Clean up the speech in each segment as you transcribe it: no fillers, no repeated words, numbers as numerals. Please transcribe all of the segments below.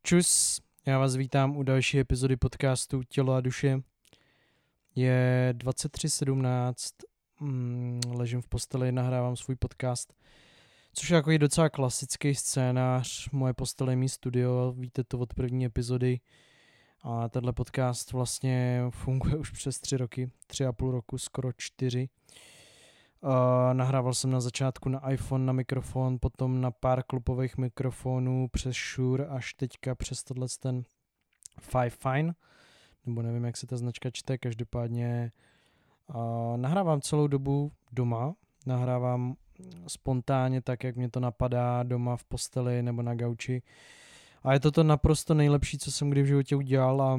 Čus, já vás vítám u další epizody podcastu Tělo a duše. Je 23:17, ležím v posteli, nahrávám svůj podcast, což je jako docela klasický scénář. Moje postele je mý studio, víte to od první epizody. A tenhle podcast vlastně funguje už přes 3 roky, 3,5 roku, skoro 4. Nahrával jsem na začátku na iPhone, na mikrofon, potom na pár klupových mikrofonů přes Shure, až teďka přes tohle ten Fifine, nebo nevím, jak se ta značka čte, každopádně nahrávám celou dobu doma, nahrávám spontánně tak, jak mě to napadá doma v posteli nebo na gauči. A je to naprosto nejlepší, co jsem kdy v životě udělal a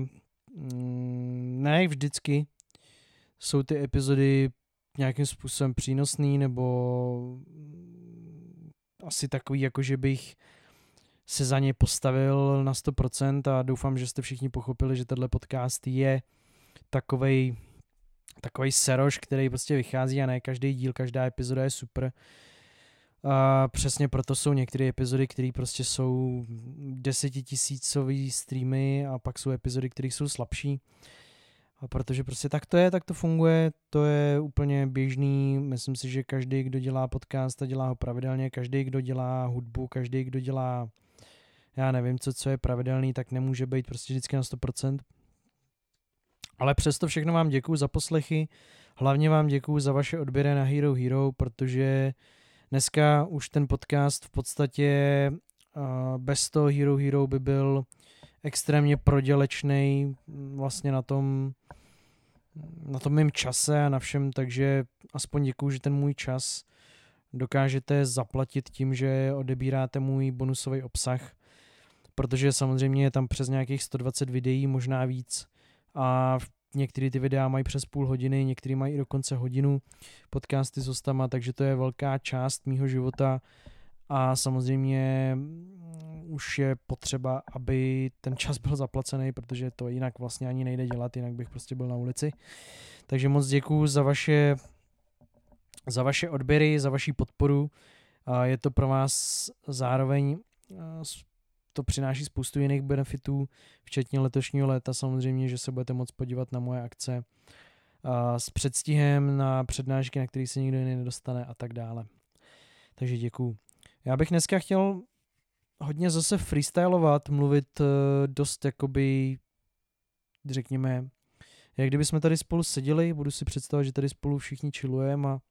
ne vždycky jsou ty epizody nějakým způsobem přínosný nebo asi takový, jako že bych se za ně postavil na 100% a doufám, že jste všichni pochopili, že tenhle podcast je takovej seroš, který prostě vychází a ne každý díl, každá epizoda je super. A přesně proto jsou některé epizody, které prostě jsou 10 000 streamy a pak jsou epizody, které jsou slabší. A protože prostě tak to funguje, to je úplně běžný. Myslím si, že každý, kdo dělá podcast a dělá ho pravidelně, každý, kdo dělá hudbu, každý, kdo dělá, já nevím, co je pravidelný, tak nemůže být prostě vždycky na 100%. Ale přesto všechno vám děkuju za poslechy, hlavně vám děkuju za vaše odběry na Hero Hero, protože dneska už ten podcast v podstatě bez toho Hero Hero by byl extrémně prodělečnej vlastně na tom mým čase a na všem, takže aspoň děkuju, že ten můj čas dokážete zaplatit tím, že odebíráte můj bonusový obsah, protože samozřejmě je tam přes nějakých 120 videí, možná víc a některé ty videa mají přes půl hodiny, některé mají i dokonce hodinu podcasty s hostama, takže to je velká část mýho života a samozřejmě už je potřeba, aby ten čas byl zaplacený, protože to jinak vlastně ani nejde dělat, jinak bych prostě byl na ulici. Takže moc děkuju za vaše odběry, za vaši podporu. Je to pro vás zároveň, to přináší spoustu jiných benefitů, včetně letošního léta samozřejmě, že se budete moct podívat na moje akce s předstihem, na přednášky, na které se nikdo jiný nedostane a tak dále. Takže děkuju. Já bych dneska chtěl hodně zase freestylovat, mluvit dost jakoby, řekněme, jak kdyby jsme tady spolu seděli, budu si představit, že tady spolu všichni chillujeme a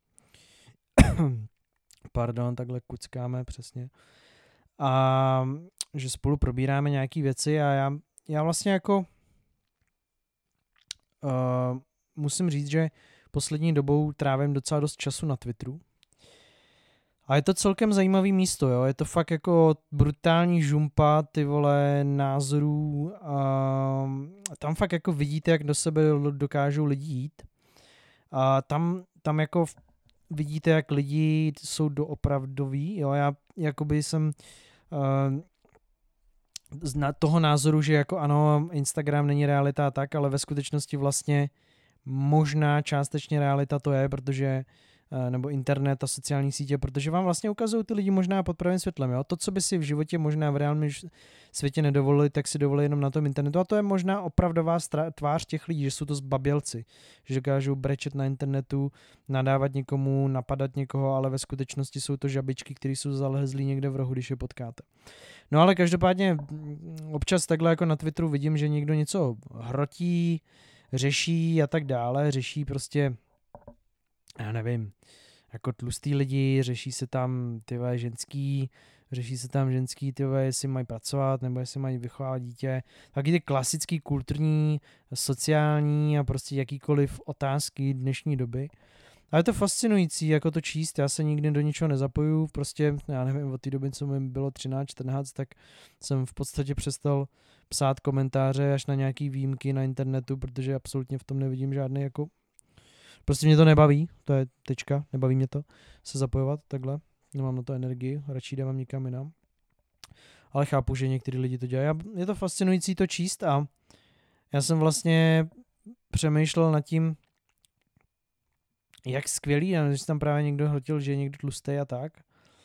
takhle kuckáme přesně a že spolu probíráme nějaký věci a já vlastně jako musím říct, že poslední dobou trávím docela dost času na Twitteru. A je to celkem zajímavý místo, jo, je to fakt jako brutální žumpa, ty vole, názorů a tam fakt jako vidíte, jak do sebe dokážou lidi jít a tam jako vidíte, jak lidi jsou doopravdoví, jo, já jakoby jsem z toho názoru, že jako ano, Instagram není realita a tak, ale ve skutečnosti vlastně možná částečně realita to je, protože nebo internet a sociální sítě, protože vám vlastně ukazují ty lidi možná pod pravým světlem. Jo? To, co by si v životě možná v reálném světě nedovolili, tak si dovolí jenom na tom internetu. A to je možná opravdová tvář těch lidí, že jsou to zbabělci, že dokážou brečet na internetu, nadávat někomu, napadat někoho, ale ve skutečnosti jsou to žabičky, které jsou zalezlí někde v rohu, když je potkáte. No ale každopádně občas takhle jako na Twitteru vidím, že někdo něco hrotí, řeší a tak dále, řeší prostě já nevím, jako tlustý lidi, řeší se tam ženský, jestli mají pracovat, nebo jestli mají vychovávat dítě. Taky ty klasický kulturní, sociální a prostě jakýkoliv otázky dnešní doby. A je to fascinující, jako to číst, já se nikdy do ničeho nezapoju, prostě, já nevím, od té doby, co mi bylo 13, 14, tak jsem v podstatě přestal psát komentáře až na nějaký výjimky na internetu, protože absolutně v tom nevidím žádný jako prostě mě to nebaví, to je tečka, nebaví mě to se zapojovat takhle, nemám na to energii, radši dávám někam jinam. Ale chápu, že některý lidi to dělají. Je to fascinující to číst a já jsem vlastně přemýšlel nad tím, jak skvělý, že tam právě někdo hrotil, že je někdo tlustý a tak.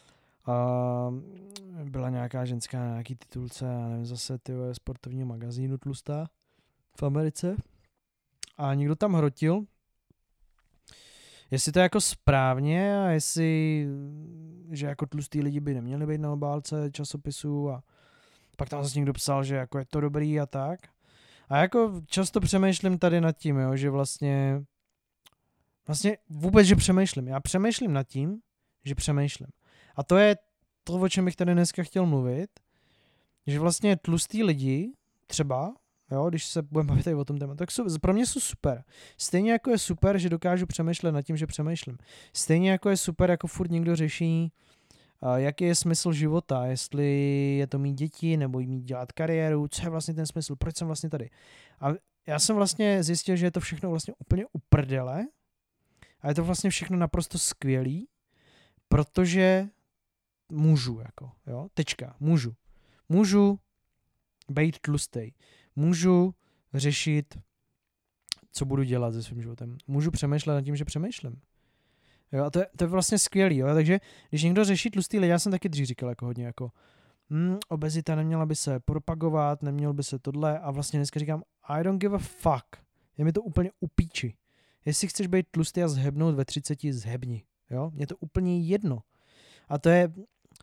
byla nějaká ženská na nějaký titulce, já nevím, zase sportovního magazínu tlustá v Americe. A někdo tam hrotil, jestli to je jako správně a jestli, že jako tlustý lidi by neměli být na obálce časopisu a pak tam zase někdo psal, že jako je to dobrý a tak. A jako často přemýšlím tady nad tím, jo, že vlastně vůbec, že přemýšlím. Já přemýšlím nad tím, že přemýšlím. A to je to, o čem bych tady dneska chtěl mluvit, že vlastně tlustý lidi třeba, jo, když se budeme bavit o tom tématu, tak pro mě jsou super. Stejně jako je super, že dokážu přemýšlet nad tím, že přemýšlím. Stejně jako je super, jako furt někdo řeší, jaký je smysl života, jestli je to mít děti, nebo mít dělat kariéru, co je vlastně ten smysl, proč jsem vlastně tady. A já jsem vlastně zjistil, že je to všechno vlastně úplně uprdele a je to vlastně všechno naprosto skvělý, protože můžu, jako, jo, tečka, můžu. Můžu být tlustej. Můžu řešit, co budu dělat se svým životem. Můžu přemýšlet nad tím, že přemýšlím. Jo, a to je vlastně skvělý, jo, takže když někdo řeší tlustý lidi, já jsem taky dřív říkal jako hodně jako obezita neměla by se propagovat, nemělo by se tohle a vlastně dneska říkám I don't give a fuck. Je mi to úplně upíči. Jestli chceš být tlustý a zhebnout ve 30, zhebni. Jo, mě to úplně jedno. A to je,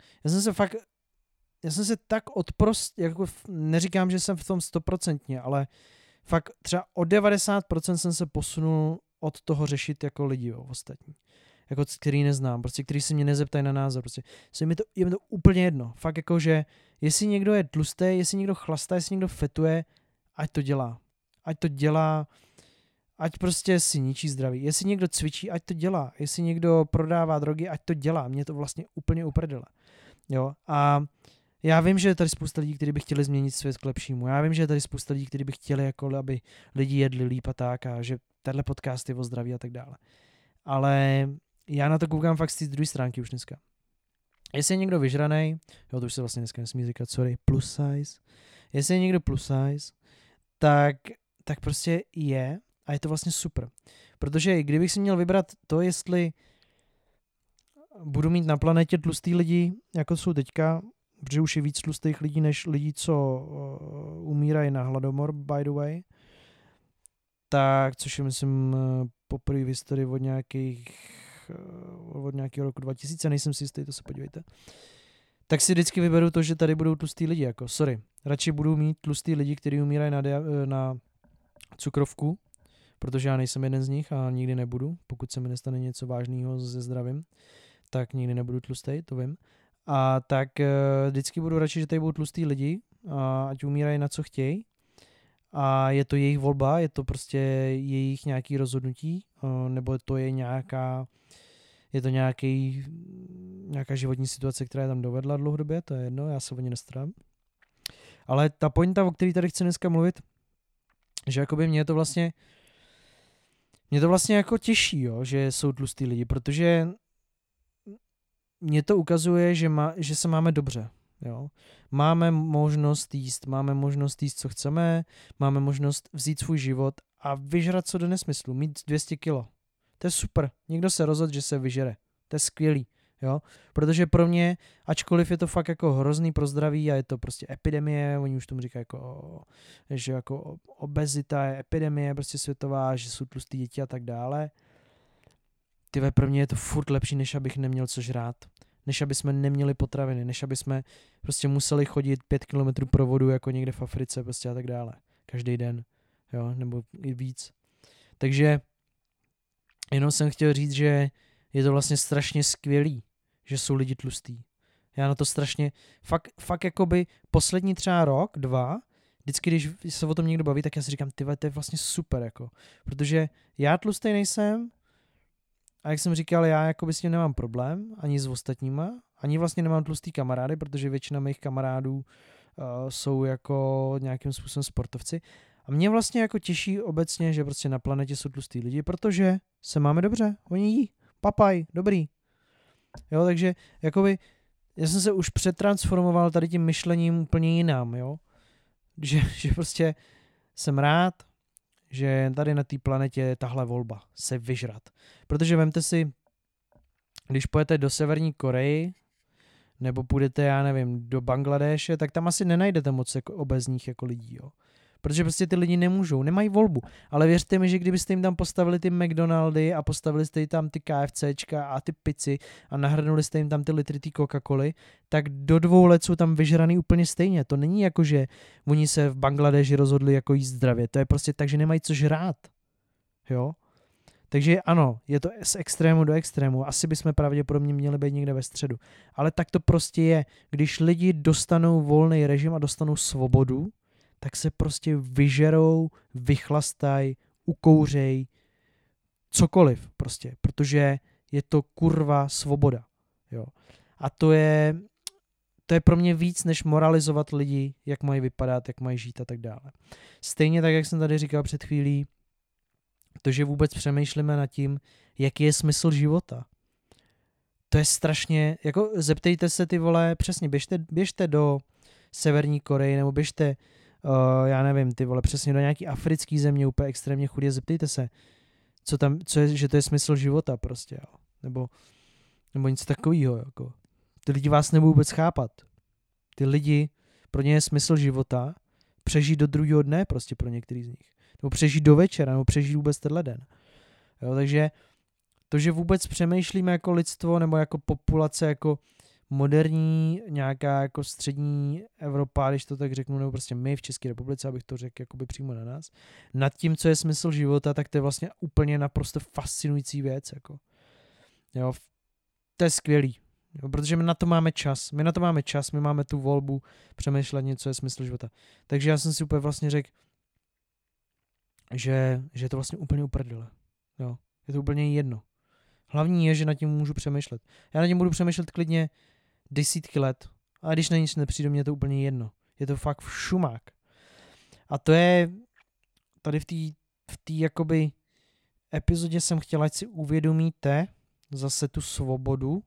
já jsem se tak jako neříkám, že jsem v tom 100%, ale fakt třeba o 90% jsem se posunul od toho řešit jako lidi, jo, ostatní. Jako který neznám, prostě který se mě nezeptají na názor, prostě je mi to úplně jedno. Fakt jako, že jestli někdo je tlustý, jestli někdo chlastá, jestli někdo fetuje, ať to dělá. Ať to dělá, ať prostě si ničí zdraví. Jestli někdo cvičí, ať to dělá. Jestli někdo prodává drogy, ať to dělá. Mě to vlastně úplně uprdele. Jo, a já vím, že je tady spousta lidí, kteří by chtěli změnit svět k lepšímu. Já vím, že je tady spousta lidí, kteří by chtěli, jako, aby lidi jedli líp a tak a že tenhle podcast je o zdraví a tak dále. Ale já na to koukám fakt z té druhé stránky už dneska. Jestli je někdo vyžranej, jo, to už se vlastně dneska nesmí říkat, sorry, plus size. Jestli je někdo plus size, tak prostě je a je to vlastně super. Protože kdybych si měl vybrat to, jestli budu mít na planetě tlustý lidi, jako jsou teďka, protože už je víc tlustých lidí, než lidí, co umírají na hladomor, by the way, tak, což je, myslím, poprvé v historii od nějakého roku 2000, nejsem si jistý, to se podívejte, tak si vždycky vyberu to, že tady budou tlustý lidi, jako, sorry, radši budu mít tlustý lidi, kteří umírají na cukrovku, protože já nejsem jeden z nich a nikdy nebudu, pokud se mi nestane něco vážného se zdravím, tak nikdy nebudu tlustý, to vím. A tak vždycky budu radši, že tady budou tlustý lidi, ať umírají na co chtějí. A je to jejich volba, je to prostě jejich nějaký rozhodnutí, nebo to je nějaká životní situace, která je tam dovedla dlouhodobě, to je jedno, já se o ně nestarám. Ale ta pointa, o které tady chci dneska mluvit, že jakoby mě to vlastně jako těší, jo, že jsou tlustý lidi, protože mě to ukazuje, že se máme dobře. Jo. Máme možnost jíst, co chceme, máme možnost vzít svůj život a vyžrat co do nesmyslu, mít 200 kilo. To je super. Někdo se rozhodl, že se vyžere. To je skvělý. Jo? Protože pro mě, ačkoliv je to fakt jako hrozný pro zdraví a je to prostě epidemie, oni už tomu říkají že jako obezita je epidemie prostě světová, že jsou tlustý děti a tak dále. Pro mě je to furt lepší, než abych neměl co žrát. Než aby jsme neměli potraviny, než aby jsme prostě museli chodit 5 kilometrů pro vodu jako někde v Africe prostě a tak dále. Každý den, jo, nebo i víc. Takže jenom jsem chtěl říct, že je to vlastně strašně skvělý, že jsou lidi tlustý. Já na to strašně, fakt jakoby poslední třeba rok, 2, vždycky, když se o tom někdo baví, tak já si říkám, to je vlastně super, jako. Protože já tlustý nejsem, a jak jsem říkal, já jakoby s tím nemám problém, ani s ostatníma, ani vlastně nemám tlustý kamarády, protože většina mých kamarádů jsou jako nějakým způsobem sportovci. A mě vlastně jako těší obecně, že prostě na planetě jsou tlustý lidi, protože se máme dobře, oni jí, papaj, dobrý. Jo, takže jakoby já jsem se už přetransformoval tady tím myšlením úplně jinam, jo. Že prostě jsem rád, že tady na té planetě je tahle volba, se vyžrat. Protože vemte si, když pojete do Severní Koreji, nebo půjdete, já nevím, do Bangladéše, tak tam asi nenajdete moc jako obezních jako lidí, jo. Protože prostě ty lidi nemůžou, nemají volbu. Ale věřte mi, že kdybyste jim tam postavili ty McDonaldy a postavili jste jim tam ty KFCčka a ty pici a nahrnuli jste jim tam ty litry té Coca-Coly, tak do 2 let jsou tam vyžraný úplně stejně. To není jako, že oni se v Bangladeši rozhodli jako jíst zdravě. To je prostě tak, že nemají co žrát. Jo? Takže ano, je to z extrému do extrému. Asi bychom pravděpodobně měli být někde ve středu. Ale tak to prostě je. Když lidi dostanou volný režim a dostanou svobodu, tak se prostě vyžerou, vychlastají, ukouřej, cokoliv prostě, protože je to kurva svoboda. Jo. A to je pro mě víc, než moralizovat lidi, jak mají vypadat, jak mají žít a tak dále. Stejně tak, jak jsem tady říkal před chvílí, to, že vůbec přemýšlíme nad tím, jaký je smysl života. To je strašně, jako zeptejte se ty vole, přesně, běžte do Severní Koreje, nebo běžte já nevím, ty vole, přesně do nějaký africký země, úplně extrémně chudě, zeptejte se, že to je smysl života prostě, jo. Nebo něco takového, jako. Ty lidi vás nebudou vůbec chápat. Ty lidi, pro ně je smysl života přežít do druhého dne prostě pro některý z nich. Nebo přežít do večera, nebo přežít vůbec tenhle den. Jo, takže to, že vůbec přemýšlíme jako lidstvo, nebo jako populace, jako moderní, nějaká jako střední Evropa, když to tak řeknu, nebo prostě my v České republice, abych to řekl jakoby přímo na nás, nad tím, co je smysl života, tak to je vlastně úplně naprosto fascinující věc. Jako. Jo, to je skvělý, jo, protože my na to máme čas, my máme tu volbu přemýšlet něco je smysl života. Takže já jsem si úplně vlastně řekl, že je to vlastně úplně uprdele. Jo, je to úplně jedno. Hlavní je, že nad tím můžu přemýšlet. Já nad tím budu přemýšlet klidně desítky let. A když na nic nepřijde, mě to úplně jedno. Je to fakt šumák. A to je tady v té jakoby epizodě jsem chtěl, ať si uvědomíte zase tu svobodu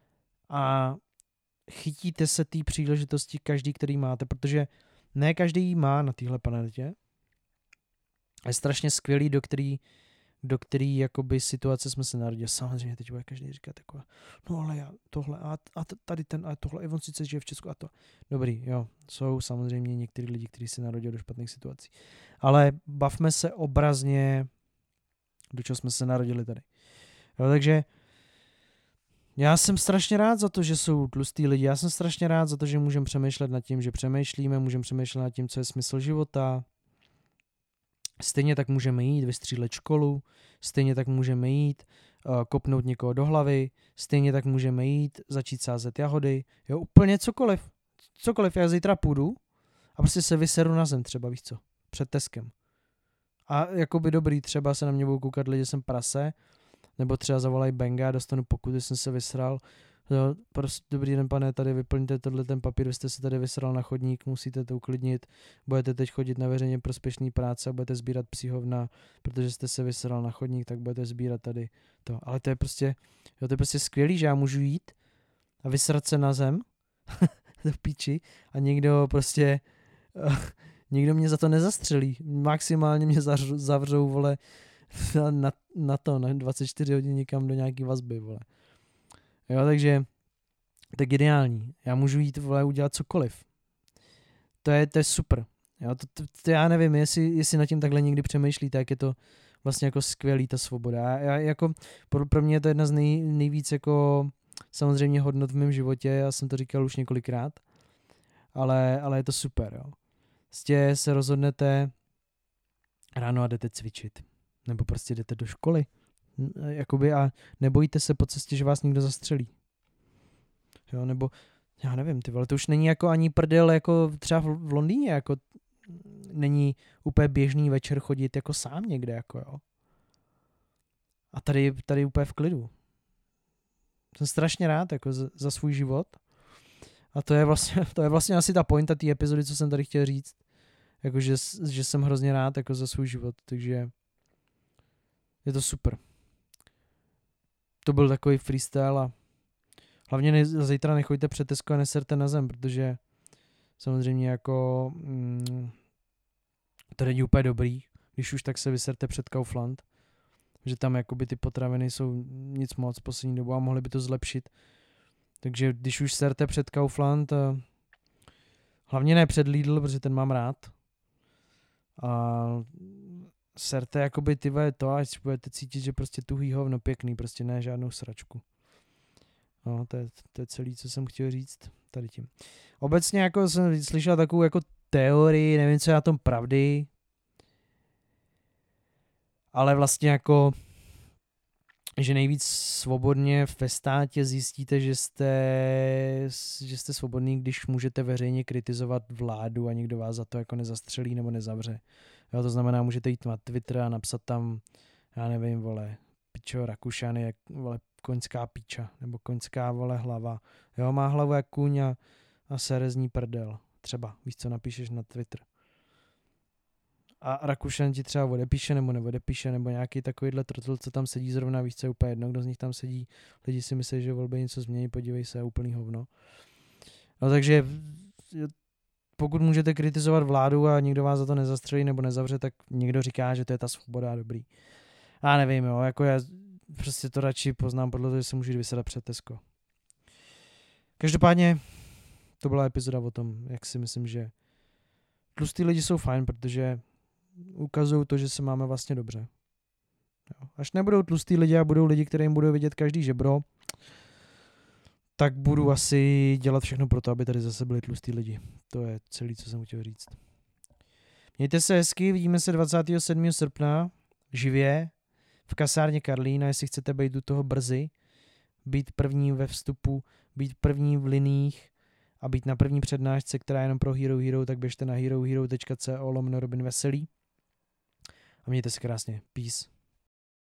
a chytíte se té příležitosti každý, který máte, protože ne každý ji má na téhle planetě. Je strašně skvělý, do který jakoby situace jsme se narodili. Samozřejmě teď bude každý říkat takové, no ale já tohle a tady ten a tohle, i on sice žije v Česku a to. Dobrý, jo, jsou samozřejmě některý lidi, kteří se narodili do špatných situací. Ale bavme se obrazně, do čeho jsme se narodili tady. Jo, takže já jsem strašně rád za to, že jsou tlustý lidi. Já jsem strašně rád za to, že můžeme přemýšlet nad tím, že přemýšlíme, můžeme přemýšlet nad tím, co je smysl života. Stejně tak můžeme jít vystřílet školu, stejně tak můžeme jít kopnout někoho do hlavy, stejně tak můžeme jít začít sázet jahody, jo, úplně cokoliv. Cokoliv, já zítra půjdu a prostě se vyseru na zem třeba, víš co, před Teskem. A jakoby dobrý, třeba se na mě budou koukat lidi, že jsem prase, nebo třeba zavolají Benga a dostanu pokud, že jsem se vysral. Jo, prostě dobrý den, pane, tady vyplňte ten papír, vy jste se tady vysral na chodník, musíte to uklidnit, budete teď chodit na veřejně prospěšný práce a budete sbírat psíhovna, protože jste se vysral na chodník, tak budete sbírat tady to. Ale to je prostě skvělý, že já můžu jít a vysrat se na zem do píči a někdo mě za to nezastřelí. Maximálně mě zavřou, vole, na 24 hodin někam do nějaký vazby, vole. Jo, takže to je geniální. Já můžu jít, vole, udělat cokoliv. To je super. Jo, to já nevím, jestli nad tím takhle někdy přemýšlíte, jak je to vlastně jako skvělý, ta svoboda. Já jako, pro mě je to jedna z nejvíc jako samozřejmě hodnot v mém životě, já jsem to říkal už několikrát, ale je to super, jo. Prostě se rozhodnete ráno a jdete cvičit. Nebo prostě jdete do školy. Jakoby a nebojíte se po cestě, že vás někdo zastřelí. Jo, nebo já nevím, ty vole, to už není jako ani prdel, jako třeba v Londýně, jako není úplně běžný večer chodit jako sám někde, jako jo. A tady úplně v klidu. Jsem strašně rád, jako za svůj život. A to je vlastně asi ta pointa té epizody, co jsem tady chtěl říct. Jako, že jsem hrozně rád jako za svůj život, takže je to super. To byl takový freestyle a hlavně zítra nechoďte před Tesco a neserte na zem, protože samozřejmě jako to není úplně dobrý, když už tak se vyserte před Kaufland, že tam jakoby ty potraviny jsou nic moc poslední dobu a mohly by to zlepšit. Takže když už serte před Kaufland, hlavně ne před Lidl, protože ten mám rád. A serte jakoby to, až budete cítit, že prostě tuhý hovno pěkný, prostě ne žádnou sračku. No, to je celý, co jsem chtěl říct tady tím. Obecně jako jsem slyšel takovou jako teorii, nevím, co je na tom pravdy, ale vlastně jako, že nejvíc svobodně ve státě zjistíte, že jste svobodný, když můžete veřejně kritizovat vládu a nikdo vás za to jako nezastřelí nebo nezavře. Jo, to znamená, můžete jít na Twitter a napsat tam, já nevím, vole, pičo Rakušany, jak, vole, koňská píča, nebo koňská, vole, hlava. Jo, má hlavu jak kůň a sere z ní prdel. Třeba, víš, co napíšeš na Twitter. A Rakušan ti třeba odepíše nebo neodepíše, nebo nějaký takovýhle trotl, co tam sedí zrovna, víš, co je úplně jedno, kdo z nich tam sedí. Lidi si myslí, že volby něco změní, podívej se, úplný hovno. No takže pokud můžete kritizovat vládu a nikdo vás za to nezastřelí nebo nezavře, tak někdo říká, že to je ta svoboda, dobrý. Já nevím, jo, jako já prostě to radši poznám podle toho, že se můžu vysedat před Tesco. Každopádně to byla epizoda o tom, jak si myslím, že tlustý lidi jsou fajn, protože ukazují to, že se máme vlastně dobře. Jo. Až nebudou tlustý lidi a budou lidi, kterým budou vidět každý žebro, tak budu asi dělat všechno pro to, aby tady zase byli tlustý lidi. To je celé, co jsem chtěl říct. Mějte se hezky, vidíme se 27. srpna živě v kasárně Karlín, a jestli chcete být do toho brzy, být první ve vstupu, být první v liních a být na první přednášce, která je jenom pro Hero Hero, tak běžte na herohero.co/Robin Veselý a mějte se krásně. Peace.